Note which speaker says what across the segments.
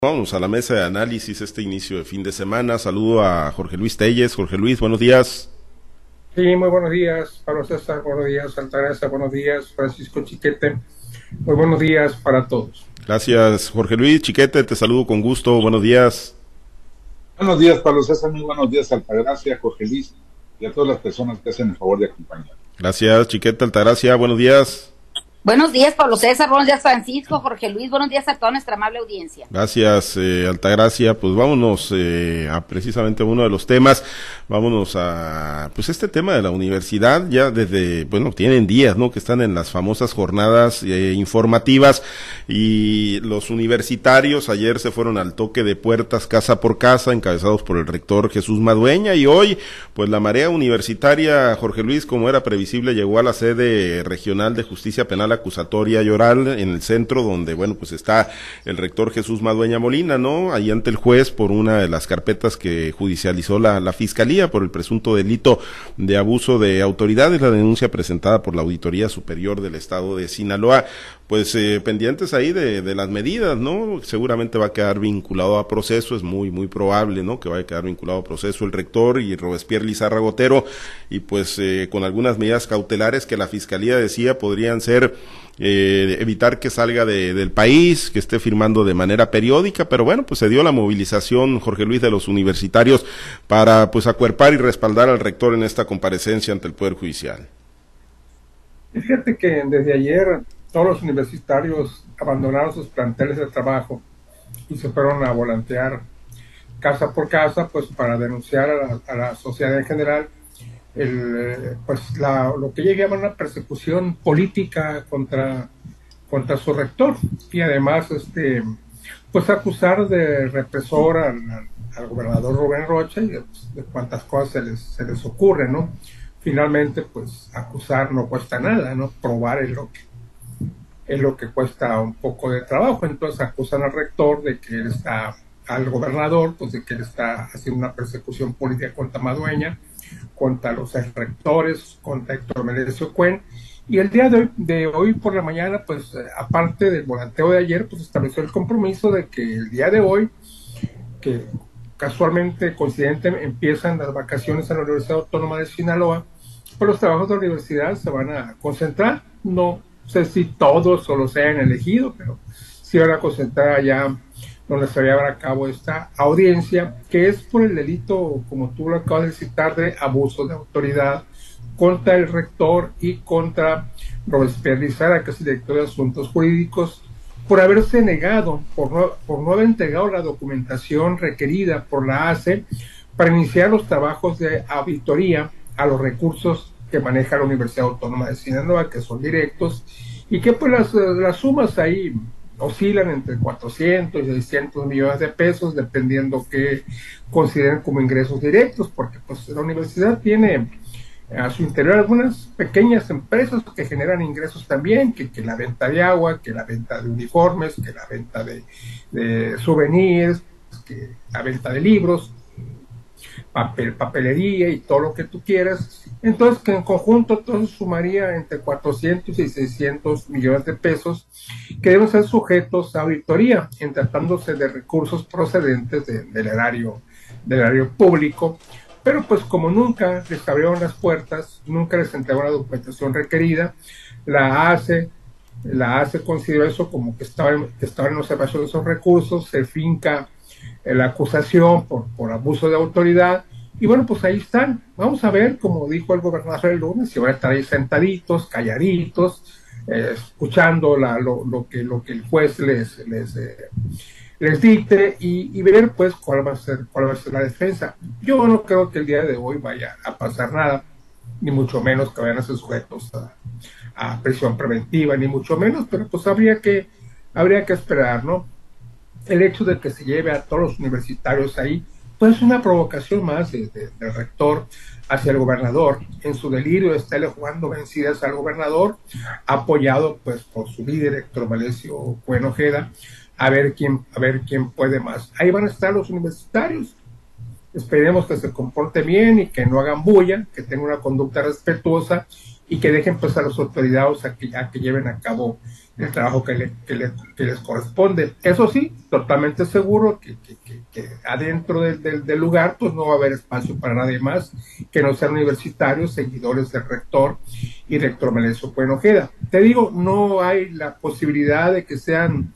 Speaker 1: Vamos a la mesa de análisis este inicio de fin de semana. Saludo a Jorge Luis Telles. Jorge Luis, buenos días.
Speaker 2: Sí, muy buenos días, Pablo César, buenos días, Altagracia, buenos días, Francisco Chiquete, muy buenos días para todos.
Speaker 1: Gracias, Jorge Luis. Chiquete, te saludo con gusto. Buenos días.
Speaker 3: Buenos días, Pablo César, muy buenos días, Altagracia, Jorge Luis y a todas las personas que hacen el favor de acompañar.
Speaker 1: Gracias, Chiquete, Altagracia, buenos días.
Speaker 4: Buenos días, Pablo César, buenos días, Francisco, Jorge Luis, buenos días a toda nuestra amable audiencia.
Speaker 1: Gracias, Altagracia. Pues vámonos a precisamente uno de los temas. Vámonos a pues este tema de la universidad. Ya desde, bueno, tienen días, ¿no?, que están en las famosas jornadas informativas, y los universitarios ayer se fueron al toque de puertas casa por casa, encabezados por el rector Jesús Madueña, y hoy pues la marea universitaria, Jorge Luis, como era previsible, llegó a la sede regional de justicia penal acusatoria y oral en el centro, donde, bueno, pues está el rector Jesús Madueña Molina, ¿no?, ahí ante el juez por una de las carpetas que judicializó la fiscalía por el presunto delito de abuso de autoridad. Es la denuncia presentada por la Auditoría Superior del Estado de Sinaloa. Pues pendientes ahí de las medidas, ¿no? Seguramente va a quedar vinculado a proceso, es muy probable, ¿no?, que vaya a quedar vinculado a proceso el rector y Robespierre Lizarra Gotero, y pues con algunas medidas cautelares que la fiscalía decía podrían ser evitar que salga del país, que esté firmando de manera periódica, pero bueno, pues se dio la movilización, Jorge Luis, de los universitarios para pues acuerpar y respaldar al rector en esta comparecencia ante el Poder Judicial.
Speaker 2: Fíjate que desde ayer todos los universitarios abandonaron sus planteles de trabajo y se fueron a volantear casa por casa, pues para denunciar a la sociedad en general lo que ellos llaman una persecución política contra su rector, y además pues acusar de represor al gobernador Rubén Rocha y de cuántas cosas se les ocurre, ¿no? Finalmente, pues acusar no cuesta nada, ¿no? Probar es lo que cuesta un poco de trabajo. Entonces acusan al rector de que él está, al gobernador, pues de que él está haciendo una persecución política contra Madueña, contra los rectores, contra Héctor Melesio Cuen. Y el día de hoy por la mañana, pues aparte del volanteo de ayer, pues estableció el compromiso de que el día de hoy, que casualmente, coincidente, empiezan las vacaciones en la Universidad Autónoma de Sinaloa, pues los trabajos de la universidad se van a concentrar. No sé si todos o los hayan elegido, pero sí van a concentrar allá donde se va a llevar a cabo esta audiencia, que es por el delito, como tú lo acabas de citar, de abuso de autoridad contra el rector y contra Robespierre Lizarra, que es el director de Asuntos Jurídicos, por haberse negado, por no haber entregado la documentación requerida por la ACE para iniciar los trabajos de auditoría a los recursos que maneja la Universidad Autónoma de Sinaloa, que son directos, y que pues las sumas ahí oscilan entre 400 y 600 millones de pesos, dependiendo que consideren como ingresos directos, porque pues la universidad tiene a su interior algunas pequeñas empresas que generan ingresos también, que la venta de agua, que la venta de uniformes, que la venta de souvenirs, que la venta de libros, papelería y todo lo que tú quieras. Entonces, que en conjunto todo sumaría entre 400 y 600 millones de pesos que deben ser sujetos a auditoría en tratándose de recursos procedentes del erario público. Pero pues como nunca les abrieron las puertas, nunca les entregó la documentación requerida, la ACE consideró eso como que estaba en observación de esos recursos, se finca la acusación por abuso de autoridad, y bueno, pues ahí están. Vamos a ver, como dijo el gobernador el lunes, si van a estar ahí sentaditos, calladitos, escuchando lo que el juez les dicte, y ver pues cuál va a ser la defensa. Yo no creo que el día de hoy vaya a pasar nada, ni mucho menos que vayan a ser sujetos a prisión preventiva, ni mucho menos, pero pues habría que esperar, ¿no? El hecho de que se lleve a todos los universitarios ahí, pues es una provocación más del rector hacia el gobernador. En su delirio está él jugando vencidas al gobernador, apoyado pues por su líder Héctor Melesio Cuen Ojeda, a ver quién puede más. Ahí van a estar los universitarios. Esperemos que se comporte bien y que no hagan bulla, que tengan una conducta respetuosa y que dejen pues a las autoridades a que lleven a cabo el trabajo que les corresponde. Eso sí, totalmente seguro que adentro del lugar pues no va a haber espacio para nadie más que no sean universitarios, seguidores del rector y rector Melencio Bueno Ojeda. Te digo, no hay la posibilidad de que sean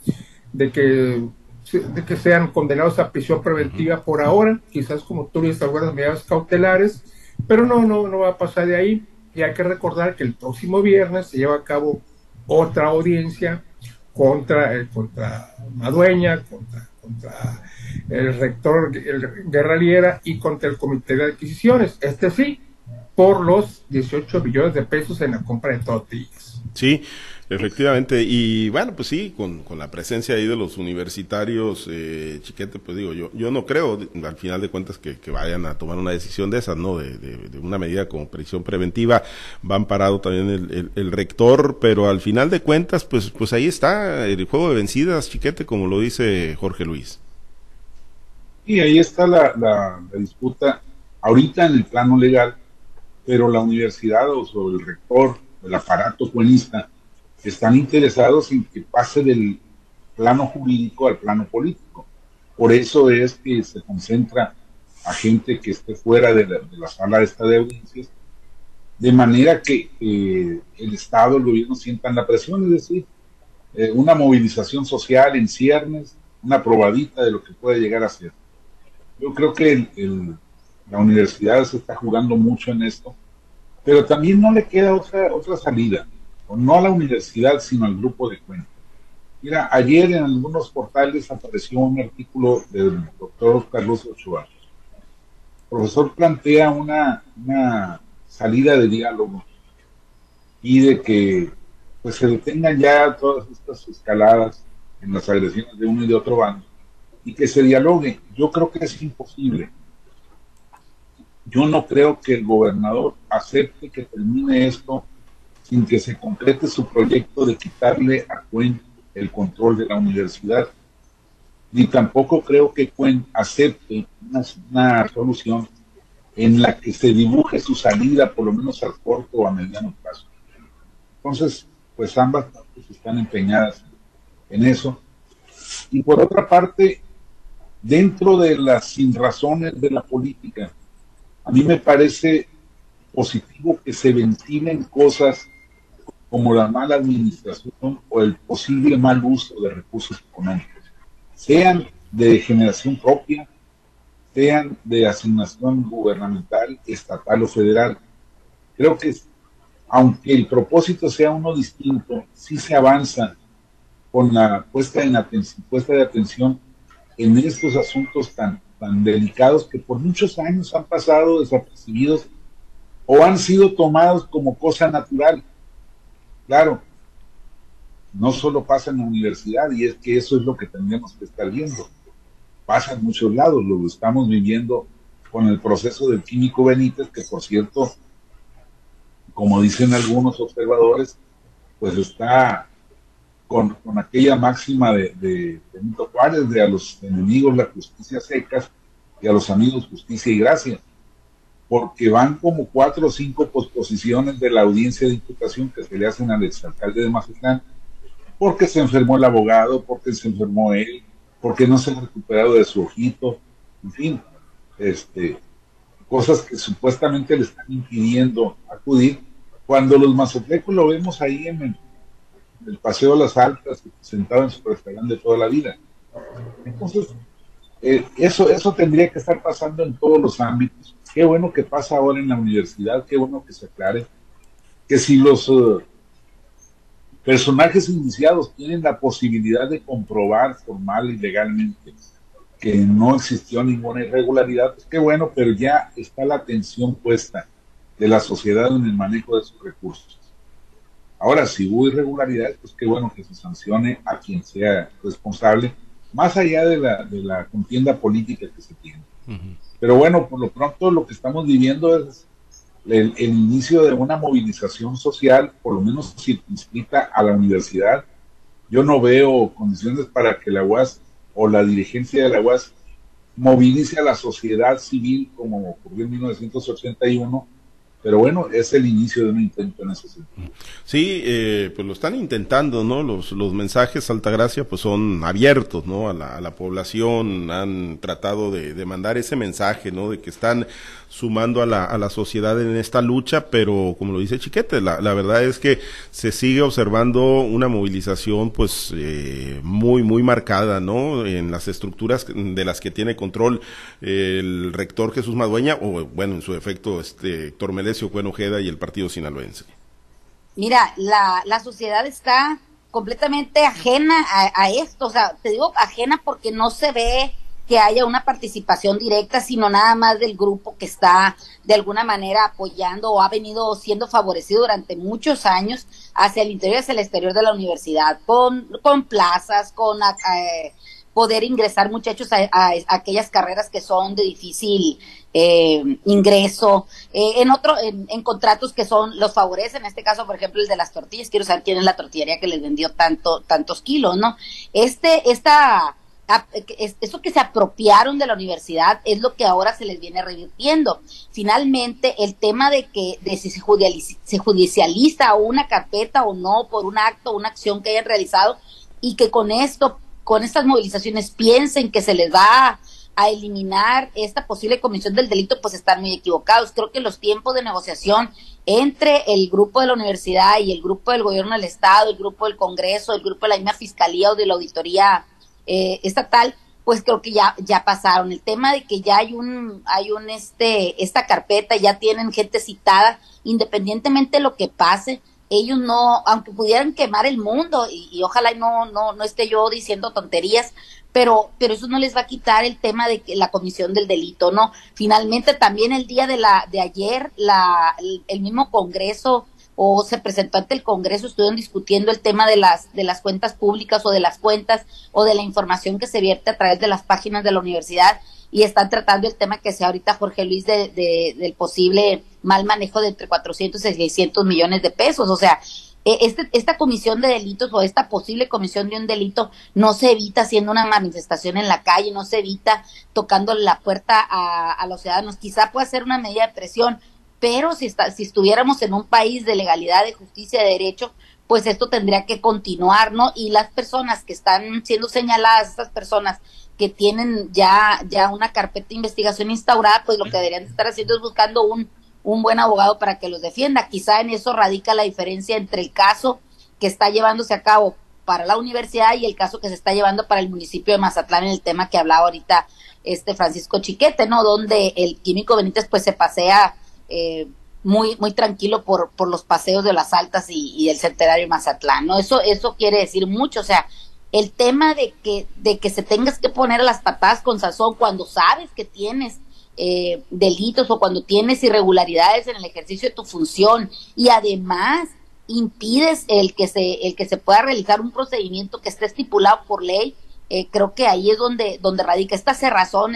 Speaker 2: condenados a prisión preventiva por ahora, quizás como tú dices, algunas medidas cautelares, pero no va a pasar de ahí. Y hay que recordar que el próximo viernes se lleva a cabo otra audiencia contra Madueña, contra el rector Guerra Liera y contra el Comité de Adquisiciones. Sí, por los 18 billones de pesos en la compra de tortillas.
Speaker 1: Sí, efectivamente, y bueno, pues sí, con la presencia ahí de los universitarios, Chiquete, pues digo, yo no creo, al final de cuentas, que vayan a tomar una decisión de esas, ¿no? De una medida como prisión preventiva, va amparado también el rector, pero al final de cuentas, pues ahí está el juego de vencidas, Chiquete, como lo dice Jorge Luis.
Speaker 3: Y ahí está la disputa, ahorita en el plano legal, pero la universidad o el rector, el aparato cuenista, están interesados en que pase del plano jurídico al plano político. Por eso es que se concentra a gente que esté fuera de la sala esta de audiencias, de manera que el Estado, el gobierno sientan la presión, es decir, una movilización social en ciernes, una probadita de lo que puede llegar a ser. Yo creo que la universidad se está jugando mucho en esto, pero también no le queda otra salida, o no a la universidad, sino al grupo de cuentas. Mira, ayer en algunos portales apareció un artículo del doctor Carlos Ochoa. El profesor plantea una salida de diálogo y de que pues se detengan ya todas estas escaladas en las agresiones de uno y de otro bando y que se dialogue. Yo creo que es imposible. Yo no creo que el gobernador acepte que termine esto sin que se concrete su proyecto de quitarle a Cuen el control de la universidad. Ni tampoco creo que Cuen acepte una solución en la que se dibuje su salida, por lo menos al corto o a mediano plazo. Entonces, pues ambas partes están empeñadas en eso. Y por otra parte, dentro de las sinrazones de la política, a mí me parece positivo que se ventilen cosas como la mala administración o el posible mal uso de recursos económicos, sean de generación propia, sean de asignación gubernamental, estatal o federal. Creo que aunque el propósito sea uno distinto, sí se avanza con la puesta de atención en estos asuntos tan delicados que por muchos años han pasado desapercibidos o han sido tomados como cosa natural. Claro, no solo pasa en la universidad, y es que eso es lo que tendríamos que estar viendo. Pasa en muchos lados, lo estamos viviendo con el proceso del químico Benítez, que por cierto, como dicen algunos observadores, pues está con aquella máxima de Benito Juárez, de a los enemigos la justicia secas y a los amigos justicia y gracia, porque van como 4 o 5 posposiciones de la audiencia de imputación que se le hacen al exalcalde de Mazatlán, porque se enfermó el abogado, porque se enfermó él, porque no se ha recuperado de su ojito, en fin, cosas que supuestamente le están impidiendo acudir, cuando los mazatlecos lo vemos ahí en el Paseo de las Altas, sentado en su restaurante de toda la vida. Entonces, eso tendría que estar pasando en todos los ámbitos. Qué bueno que pasa ahora en la universidad, qué bueno que se aclare, que si los personajes iniciados tienen la posibilidad de comprobar formal y legalmente que no existió ninguna irregularidad, pues qué bueno, pero ya está la atención puesta de la sociedad en el manejo de sus recursos. Ahora, si hubo irregularidades, pues qué bueno que se sancione a quien sea responsable, más allá de la contienda política que se tiene. Uh-huh. Pero bueno, por lo pronto lo que estamos viviendo es el inicio de una movilización social, por lo menos circunscrita a la universidad. Yo no veo condiciones para que la UAS o la dirigencia de la UAS movilice a la sociedad civil como ocurrió en 1981, Pero bueno, es el inicio de un intento en ese sentido.
Speaker 1: Sí, pues lo están intentando, ¿no? Los mensajes Altagracia pues son abiertos, ¿no? A la población, han tratado de mandar ese mensaje, ¿no? De que están sumando a la sociedad en esta lucha, pero como lo dice Chiquete, la verdad es que se sigue observando una movilización pues muy marcada, ¿no? En las estructuras de las que tiene control el rector Jesús Madueña, o bueno, en su efecto Héctor Melesio Cuen Ojeda y el partido sinaloense.
Speaker 4: Mira, la sociedad está completamente ajena a esto, o sea, te digo ajena porque no se ve que haya una participación directa, sino nada más del grupo que está de alguna manera apoyando o ha venido siendo favorecido durante muchos años hacia el interior y hacia el exterior de la universidad, con plazas, con poder ingresar muchachos a aquellas carreras que son de difícil ingreso, en contratos que los favorecen, en este caso, por ejemplo, el de las tortillas. Quiero saber quién es la tortillería que les vendió tantos kilos, ¿no? Eso que se apropiaron de la universidad es lo que ahora se les viene revirtiendo. Finalmente, el tema de si se judicializa una carpeta o no por un acto o una acción que hayan realizado, y que con estas movilizaciones piensen que se les va a eliminar esta posible comisión del delito, pues están muy equivocados. Creo que los tiempos de negociación entre el grupo de la universidad y el grupo del gobierno del estado, el grupo del Congreso, el grupo de la misma fiscalía o de la auditoría estatal, pues creo que ya pasaron. El tema de que ya hay esta carpeta, ya tienen gente citada, independientemente de lo que pase, ellos no, aunque pudieran quemar el mundo, y ojalá no esté yo diciendo tonterías, pero eso no les va a quitar el tema de la comisión del delito, ¿no? Finalmente, también el día de ayer, el mismo Congreso, o se presentó ante el Congreso, estuvieron discutiendo el tema de las cuentas públicas o de las cuentas o de la información que se vierte a través de las páginas de la universidad, y están tratando el tema que sea ahorita Jorge Luis del posible mal manejo de entre 400 y 600 millones de pesos. O sea, esta comisión de delitos o esta posible comisión de un delito no se evita haciendo una manifestación en la calle, no se evita tocando la puerta a los ciudadanos. Quizá pueda ser una medida de presión, pero si estuviéramos en un país de legalidad, de justicia, de derecho, pues esto tendría que continuar, ¿no? Y las personas que están siendo señaladas, estas personas que tienen ya una carpeta de investigación instaurada, pues lo que deberían estar haciendo es buscando un buen abogado para que los defienda. Quizá en eso radica la diferencia entre el caso que está llevándose a cabo para la universidad y el caso que se está llevando para el municipio de Mazatlán, en el tema que hablaba ahorita Francisco Chiquete, ¿no? Donde el Químico Benítez pues se pasea muy tranquilo por los paseos de las Altas y el Centenario de Mazatlán, ¿no? Eso quiere decir mucho. O sea, el tema de que se tengas que poner a las patadas con sazón cuando sabes que tienes delitos o cuando tienes irregularidades en el ejercicio de tu función, y además impides el que se pueda realizar un procedimiento que esté estipulado por ley, creo que ahí es donde radica esta cerrazón,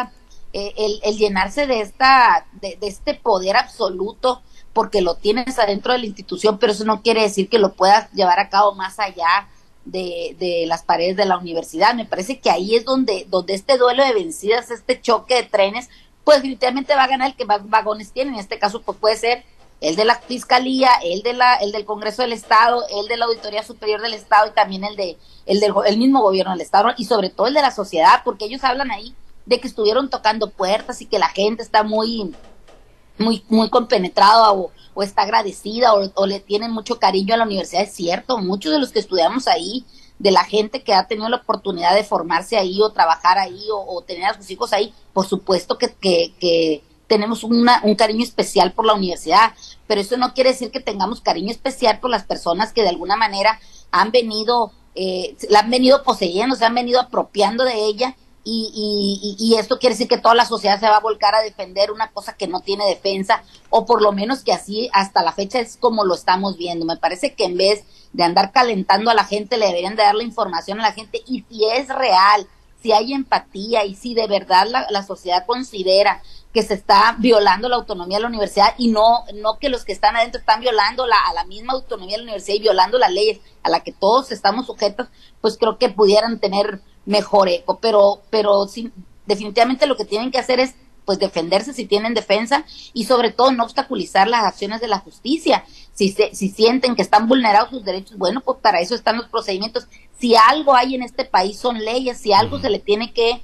Speaker 4: el llenarse de este poder absoluto, porque lo tienes adentro de la institución, pero eso no quiere decir que lo puedas llevar a cabo más allá de las paredes de la universidad. Me parece que ahí es donde este duelo de vencidas, este choque de trenes, pues definitivamente va a ganar el que más vagones tiene. En este caso pues puede ser el de la Fiscalía, el del Congreso del Estado, el de la Auditoría Superior del Estado, y también el mismo gobierno del Estado, y sobre todo el de la sociedad, porque ellos hablan ahí de que estuvieron tocando puertas y que la gente está muy compenetrada o está agradecida o le tienen mucho cariño a la universidad. Es cierto, muchos de los que estudiamos ahí, de la gente que ha tenido la oportunidad de formarse ahí o trabajar ahí o tener a sus hijos ahí, por supuesto que tenemos un cariño especial por la universidad, pero eso no quiere decir que tengamos cariño especial por las personas que de alguna manera la han venido poseyendo, se han venido apropiando de ella. Y esto quiere decir que toda la sociedad se va a volcar a defender una cosa que no tiene defensa, o por lo menos que así hasta la fecha es como lo estamos viendo. Me parece que en vez de andar calentando a la gente, le deberían de dar la información a la gente, y si es real, si hay empatía y si de verdad la sociedad considera que se está violando la autonomía de la universidad, y no que los que están adentro están violando a la misma autonomía de la universidad y violando las leyes a la que todos estamos sujetos, pues creo que pudieran tener mejor eco, pero sí, definitivamente lo que tienen que hacer es pues defenderse si tienen defensa, y sobre todo no obstaculizar las acciones de la justicia. Si sienten que están vulnerados sus derechos, bueno, pues para eso están los procedimientos. Si algo hay en este país son leyes, si algo se le tiene que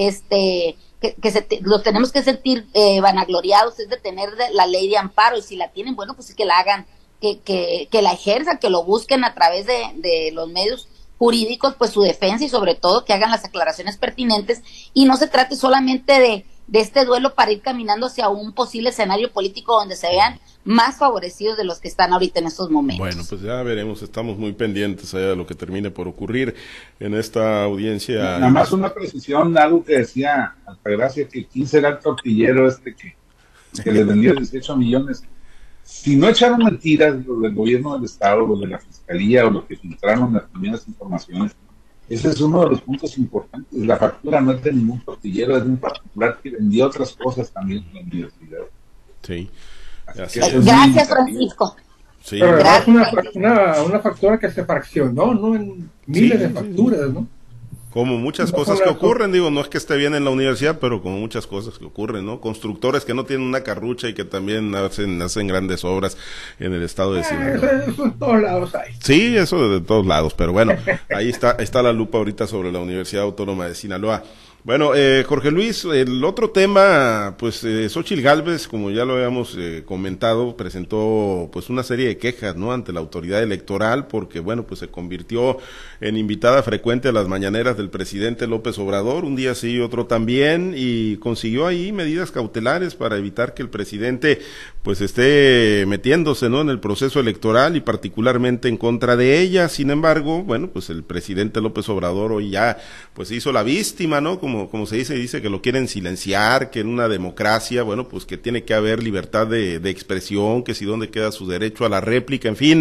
Speaker 4: los tenemos que sentir vanagloriados, es de tener la ley de amparo, y si la tienen, bueno, pues sí que la hagan, que la ejerzan, que lo busquen a través de los medios jurídicos, pues su defensa, y sobre todo que hagan las aclaraciones pertinentes, y no se trate solamente de este duelo para ir caminando hacia un posible escenario político donde se vean más favorecidos de los que están ahorita en estos momentos.
Speaker 1: Bueno, pues ya veremos, estamos muy pendientes allá de lo que termine por ocurrir en esta audiencia.
Speaker 3: Nada más una precisión, algo que decía Altagracia, que quién será el tortillero que le vendió 18 millones. Si no echaron mentiras los del gobierno del estado, los de la fiscalía o los que filtraron las primeras informaciones, ese es uno de los puntos importantes. La factura no es de ningún tortillero, es de un particular que vendió otras cosas también en la universidad.
Speaker 1: Sí.
Speaker 4: Gracias, Francisco.
Speaker 1: Sí.
Speaker 2: Pero es una factura que se fraccionó, ¿no? En miles de facturas, ¿no?
Speaker 1: Como muchas cosas que ocurren, digo, no es que esté bien en la universidad, pero como muchas cosas que ocurren, ¿no? Constructores que no tienen una carrucha y que también hacen grandes obras en el estado de Sinaloa.
Speaker 2: Eso en todos lados hay.
Speaker 1: Sí, eso de todos lados, pero bueno, ahí está la lupa ahorita sobre la Universidad Autónoma de Sinaloa. Bueno, Jorge Luis, el otro tema, pues Xóchitl Gálvez, como ya lo habíamos comentado, presentó pues una serie de quejas, ¿no?, ante la autoridad electoral, porque bueno, pues se convirtió en invitada frecuente a las mañaneras del presidente López Obrador, un día sí y otro también, y consiguió ahí medidas cautelares para evitar que el presidente pues esté metiéndose, ¿no?, en el proceso electoral y particularmente en contra de ella. Sin embargo, bueno, pues el presidente López Obrador hoy ya pues se hizo la víctima, ¿no?, como se dice que lo quieren silenciar, que en una democracia, bueno, pues que tiene que haber libertad de expresión, que si dónde queda su derecho a la réplica, en fin,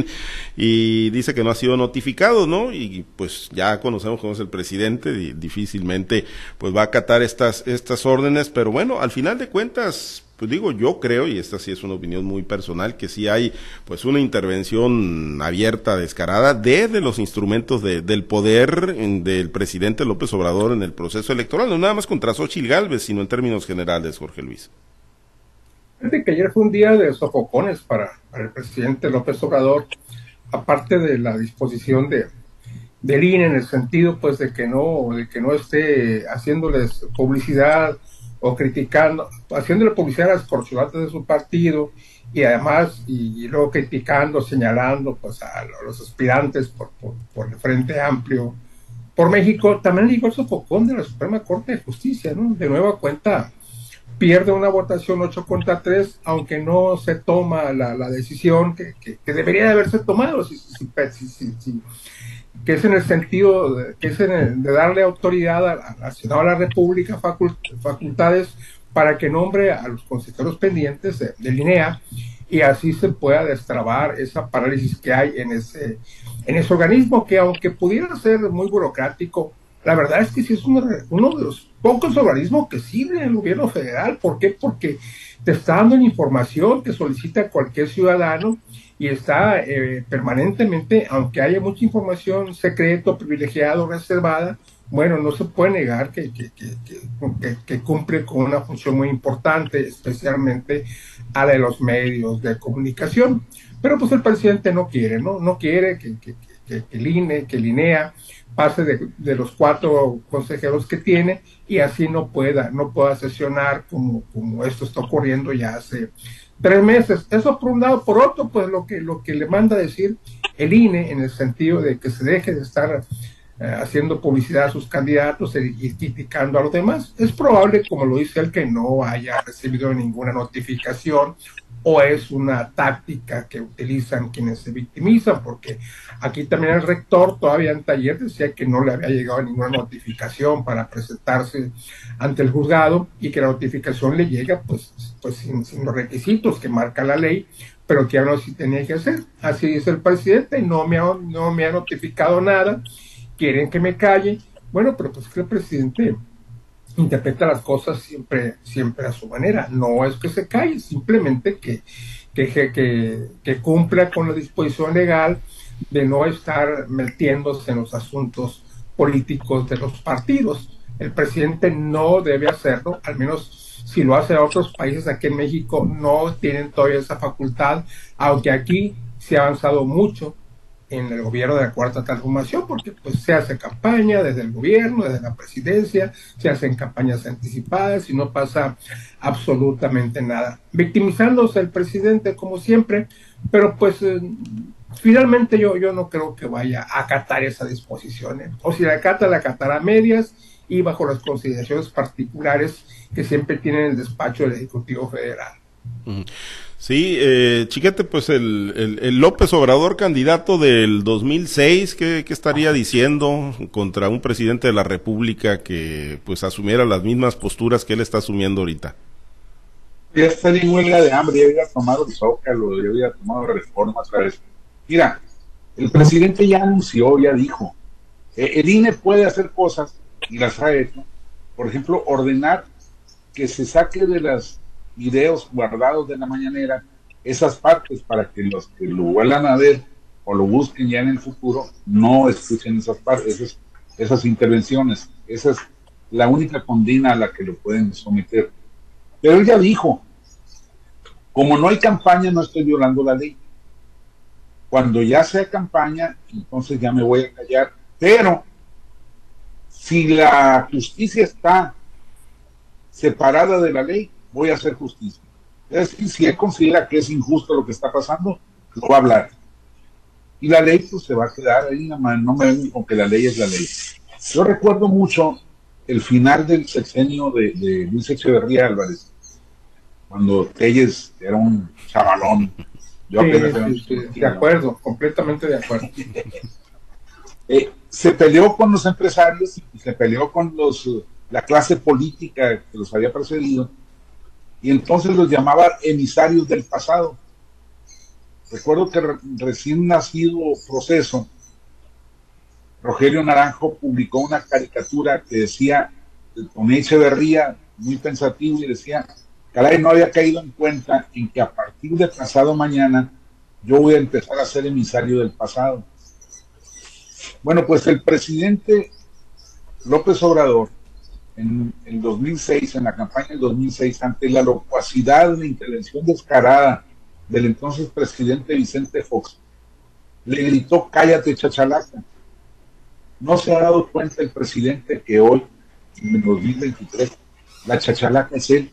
Speaker 1: y dice que no ha sido notificado, ¿no? Y pues ya conocemos cómo es el presidente, difícilmente pues va a acatar estas órdenes, pero bueno, al final de cuentas, pues digo, yo creo, y esta sí es una opinión muy personal, que sí hay pues una intervención abierta, descarada, desde los instrumentos del poder del presidente López Obrador en el proceso electoral, no nada más contra Xóchitl Gálvez, sino en términos generales, Jorge Luis.
Speaker 2: Fíjate que ayer fue un día de sofocones para el presidente López Obrador, aparte de la disposición del INE, en el sentido pues de que no esté haciéndoles publicidad o criticando, haciéndole publicidad a las corcholatas de su partido, y además, y luego criticando, señalando pues a los aspirantes por el Frente Amplio por México. También llegó el sofocón de la Suprema Corte de Justicia, ¿no? De nueva cuenta pierde una votación 8-3, aunque no se toma la decisión que debería de haberse tomado, que es en el sentido de darle autoridad al Senado de la República, facultades para que nombre a los consejeros pendientes del INEA, y así se pueda destrabar esa parálisis que hay en ese organismo, que aunque pudiera ser muy burocrático, la verdad es que sí es uno de los pocos organismos que sirve en el gobierno federal. ¿Por qué? Porque te está dando la información que solicita cualquier ciudadano, y está permanentemente, aunque haya mucha información secreta, privilegiada o reservada, bueno, no se puede negar que cumple con una función muy importante, especialmente a la de los medios de comunicación. Pero pues el presidente no quiere que el INE, que el INEA pase de los 4 consejeros que tiene, y así no pueda sesionar como esto está ocurriendo ya hace 3 meses. Eso por un lado. Por otro, pues lo que le manda a decir el INE, en el sentido de que se deje de estar haciendo publicidad a sus candidatos y criticando a los demás. Es probable, como lo dice él, que no haya recibido ninguna notificación, o es una táctica que utilizan quienes se victimizan, porque aquí también el rector todavía en taller decía que no le había llegado ninguna notificación para presentarse ante el juzgado, y que la notificación le llega pues sin los requisitos que marca la ley, pero que ya no sí tenía que hacer. Así dice el presidente: no me ha notificado nada, quieren que me calle. Bueno, pero pues que el presidente interpreta las cosas siempre a su manera. No es que se calle, simplemente que cumpla con la disposición legal de no estar metiéndose en los asuntos políticos de los partidos. El presidente no debe hacerlo, al menos si lo hace a otros países. Aquí en México no tienen todavía esa facultad, aunque aquí se ha avanzado mucho en el gobierno de la Cuarta Transformación, porque pues se hace campaña desde el gobierno, desde la presidencia, se hacen campañas anticipadas y no pasa absolutamente nada. Victimizándose el presidente como siempre, pero pues finalmente yo no creo que vaya a acatar esa disposición, ¿eh? O si la acata, la acatará a medias y bajo las consideraciones particulares que siempre tiene el despacho del Ejecutivo Federal.
Speaker 1: Sí, Chiquete, pues el López Obrador candidato del 2006, ¿qué estaría diciendo contra un presidente de la República que pues asumiera las mismas posturas que él está asumiendo ahorita?
Speaker 3: Ya estaría en huelga de hambre, ya hubiera tomado el Zócalo, ya hubiera tomado Reforma otra vez. Mira, el presidente ya anunció, ya dijo, el INE puede hacer cosas, y las ha hecho, por ejemplo, ordenar que se saque de los videos guardados de la mañanera esas partes para que los que lo vuelvan a ver o lo busquen ya en el futuro no escuchen esas partes, esas intervenciones. Esa es la única condena a la que lo pueden someter. Pero él ya dijo, como no hay campaña, no estoy violando la ley. Cuando ya sea campaña, entonces ya me voy a callar. Pero si la justicia está separada de la ley, voy a hacer justicia. Es decir, si él considera que es injusto lo que está pasando, lo va a hablar. Y la ley pues se va a quedar ahí, no me ven con que la ley es la ley. Yo recuerdo mucho el final del sexenio de Luis Echeverría Álvarez, cuando Telles era un chavalón. Yo
Speaker 2: sí, de acuerdo, completamente de acuerdo.
Speaker 3: Se peleó con los empresarios y se peleó con la clase política que los había precedido, y entonces los llamaba emisarios del pasado. Recuerdo que recién nacido Proceso, Rogelio Naranjo publicó una caricatura que decía, con Echeverría muy pensativo, y decía, caray, no había caído en cuenta en que a partir de pasado mañana yo voy a empezar a ser emisario del pasado. Bueno, pues el presidente López Obrador en el 2006, en la campaña del 2006, ante la locuacidad de la intervención descarada del entonces presidente Vicente Fox, le gritó, cállate, chachalaca. ¿No se ha dado cuenta el presidente que hoy, en el 2023, la chachalaca es él?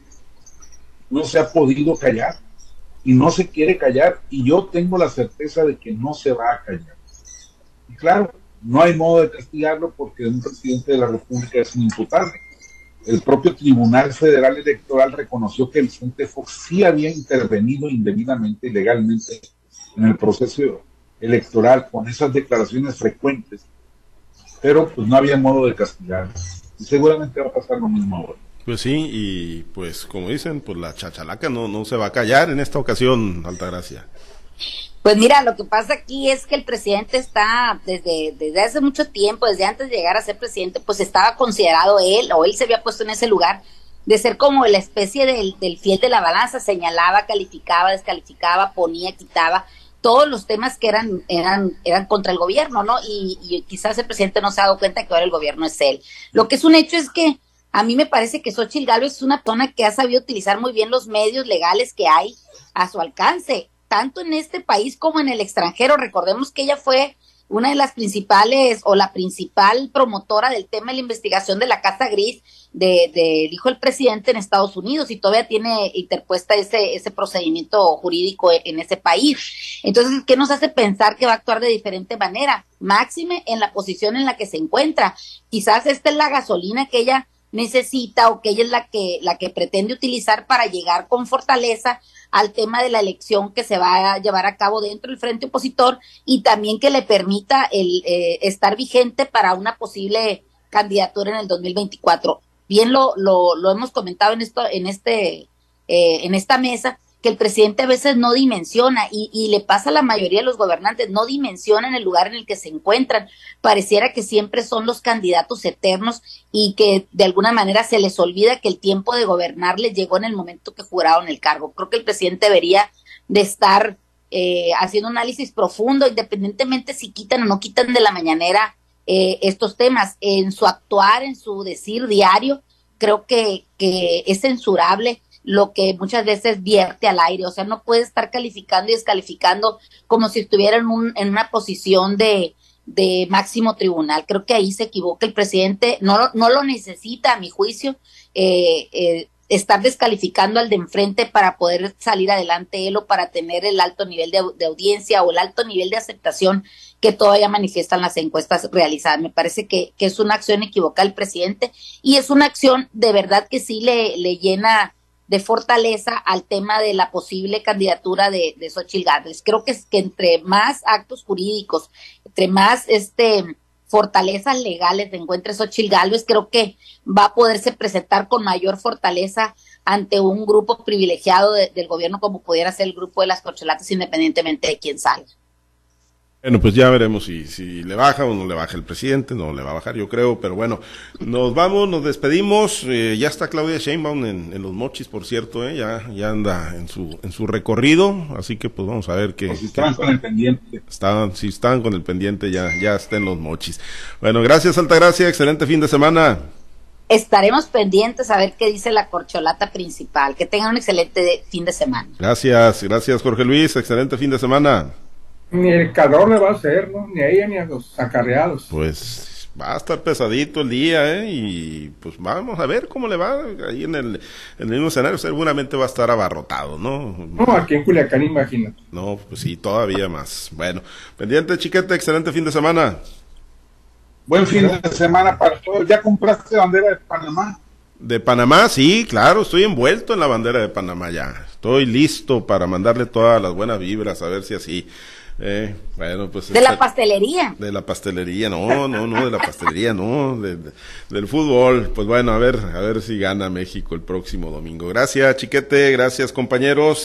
Speaker 3: No se ha podido callar y no se quiere callar, y yo tengo la certeza de que no se va a callar. Y claro, no hay modo de castigarlo porque un presidente de la República es inimputable. El propio Tribunal Federal Electoral reconoció que Vicente Fox sí había intervenido indebidamente y legalmente en el proceso electoral con esas declaraciones frecuentes, pero pues no había modo de castigar. Y seguramente va a pasar lo mismo ahora.
Speaker 1: Pues sí, y pues como dicen, pues la chachalaca no se va a callar en esta ocasión, Altagracia.
Speaker 4: Pues mira, lo que pasa aquí es que el presidente está desde hace mucho tiempo, desde antes de llegar a ser presidente, pues estaba considerado él se había puesto en ese lugar de ser como la especie del fiel de la balanza, señalaba, calificaba, descalificaba, ponía, quitaba, todos los temas que eran contra el gobierno, ¿no? Y quizás el presidente no se ha dado cuenta que ahora el gobierno es él. Lo que es un hecho es que a mí me parece que Xóchitl Gálvez es una persona que ha sabido utilizar muy bien los medios legales que hay a su alcance, tanto en este país como en el extranjero. Recordemos que ella fue una de las principales o la principal promotora del tema de la investigación de la Casa Gris del hijo del presidente en Estados Unidos, y todavía tiene interpuesta ese procedimiento jurídico en ese país. Entonces, ¿qué nos hace pensar que va a actuar de diferente manera? Máxime en la posición en la que se encuentra. Quizás esta es la gasolina que ella necesita o que ella es la que pretende utilizar para llegar con fortaleza al tema de la elección que se va a llevar a cabo dentro del frente opositor, y también que le permita estar vigente para una posible candidatura en el 2024. Bien lo hemos comentado en esta mesa, que el presidente a veces no dimensiona, y le pasa a la mayoría de los gobernantes, no dimensionan el lugar en el que se encuentran. Pareciera que siempre son los candidatos eternos y que de alguna manera se les olvida que el tiempo de gobernar les llegó en el momento que juraron el cargo. Creo que el presidente debería de estar haciendo un análisis profundo, independientemente si quitan o no quitan de la mañanera estos temas. En su actuar, en su decir diario, creo que es censurable lo que muchas veces vierte al aire. O sea, no puede estar calificando y descalificando como si estuviera en una posición de máximo tribunal. Creo que ahí se equivoca el presidente, no lo necesita, a mi juicio, estar descalificando al de enfrente para poder salir adelante él, o para tener el alto nivel de audiencia o el alto nivel de aceptación que todavía manifiestan las encuestas realizadas. Me parece que es una acción equivocada del presidente, y es una acción de verdad que sí le llena de fortaleza al tema de la posible candidatura de Xóchitl Gálvez. Creo que entre más actos jurídicos, entre más fortalezas legales encuentre Xóchitl Gálvez, creo que va a poderse presentar con mayor fortaleza ante un grupo privilegiado del gobierno, como pudiera ser el grupo de las corcholatas, independientemente de quién salga.
Speaker 1: Bueno, pues ya veremos si le baja o no le baja el presidente. No le va a bajar, yo creo, pero bueno, nos vamos, nos despedimos. Ya está Claudia Sheinbaum en Los Mochis, por cierto, ya anda en su recorrido, así que pues vamos a ver que...
Speaker 3: Si estaban con el pendiente.
Speaker 1: Si estaban con el pendiente, ya está en Los Mochis. Bueno, gracias, Altagracia, excelente fin de semana.
Speaker 4: Estaremos pendientes a ver qué dice la corcholata principal. Que tengan un excelente fin de semana.
Speaker 1: Gracias, Jorge Luis, excelente fin de semana.
Speaker 2: Ni el calor le va a hacer, ¿no? Ni a ella ni a los acarreados.
Speaker 1: Pues va a estar pesadito el día, y pues vamos a ver cómo le va ahí en el mismo escenario. Seguramente va a estar abarrotado, ¿no?
Speaker 2: No, aquí en Culiacán, imagínate.
Speaker 1: No, pues sí, todavía más. Bueno, pendiente, Chiquete, excelente fin de semana.
Speaker 3: Buen fin de semana para todos. ¿Ya compraste bandera de Panamá?
Speaker 1: De Panamá, sí, claro, estoy envuelto en la bandera de Panamá ya. Estoy listo para mandarle todas las buenas vibras, a ver si así... bueno, pues
Speaker 4: de la pastelería.
Speaker 1: De la pastelería, no, de la pastelería, no, del fútbol. Pues bueno, a ver si gana México el próximo domingo. Gracias, Chiquete, gracias, compañeros.